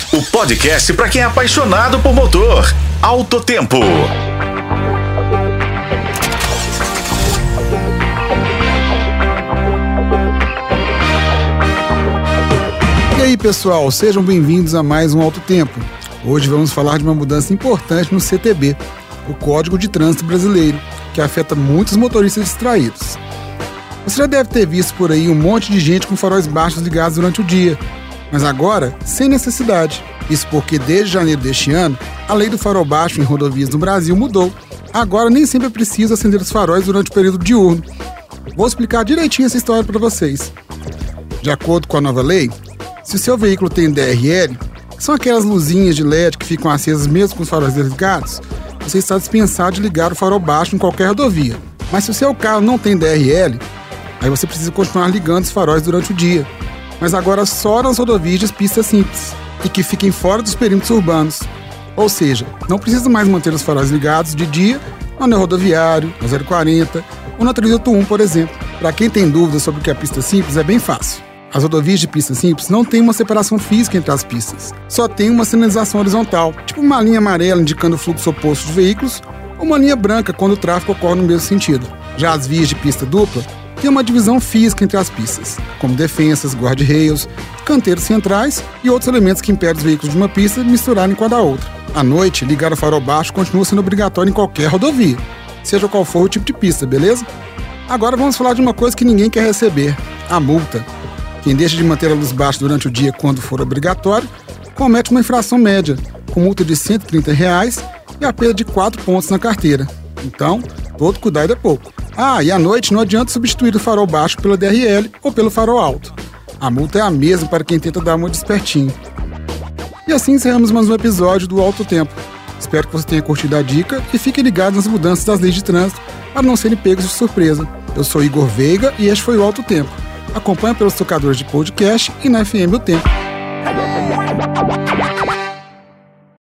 o podcast para quem é apaixonado por motor. Alto Tempo. E aí, pessoal, sejam bem-vindos a mais um Alto Tempo. Hoje vamos falar de uma mudança importante no CTB, o Código de Trânsito Brasileiro, que afeta muitos motoristas distraídos. Você já deve ter visto por aí um monte de gente com faróis baixos ligados durante o dia, mas agora sem necessidade. Isso porque desde janeiro deste ano, a lei do farol baixo em rodovias no Brasil mudou. Agora nem sempre é preciso acender os faróis durante o período diurno. Vou explicar direitinho essa história para vocês. De acordo com a nova lei, se o seu veículo tem DRL, que são aquelas luzinhas de LED que ficam acesas mesmo com os faróis desligados, você está dispensado de ligar o farol baixo em qualquer rodovia. Mas se o seu carro não tem DRL, aí você precisa continuar ligando os faróis durante o dia, mas agora só nas rodovias de pista simples e que fiquem fora dos perímetros urbanos. Ou seja, não precisa mais manter os faróis ligados de dia no anel rodoviário, na 040 ou na 381, por exemplo. Para quem tem dúvidas sobre o que é pista simples, é bem fácil. As rodovias de pista simples não têm uma separação física entre as pistas, só tem uma sinalização horizontal, tipo uma linha amarela indicando o fluxo oposto de veículos ou uma linha branca quando o tráfego ocorre no mesmo sentido. Já as vias de pista dupla tem uma divisão física entre as pistas, como defensas, guarda-reios, canteiros centrais e outros elementos que impedem os veículos de uma pista de misturarem com a da outra. À noite, ligar o farol baixo continua sendo obrigatório em qualquer rodovia, seja qual for o tipo de pista, beleza? Agora vamos falar de uma coisa que ninguém quer receber, a multa. Quem deixa de manter a luz baixa durante o dia quando for obrigatório, comete uma infração média, com multa de R$ 130 e a perda de 4 pontos na carteira. Então, todo cuidado é pouco. E à noite não adianta substituir o farol baixo pela DRL ou pelo farol alto. A multa é a mesma para quem tenta dar uma de espertinho. E assim encerramos mais um episódio do Alto Tempo. Espero que você tenha curtido a dica e fique ligado nas mudanças das leis de trânsito para não serem pegos de surpresa. Eu sou Igor Veiga e este foi o Alto Tempo. Acompanhe pelos tocadores de podcast e na FM O Tempo.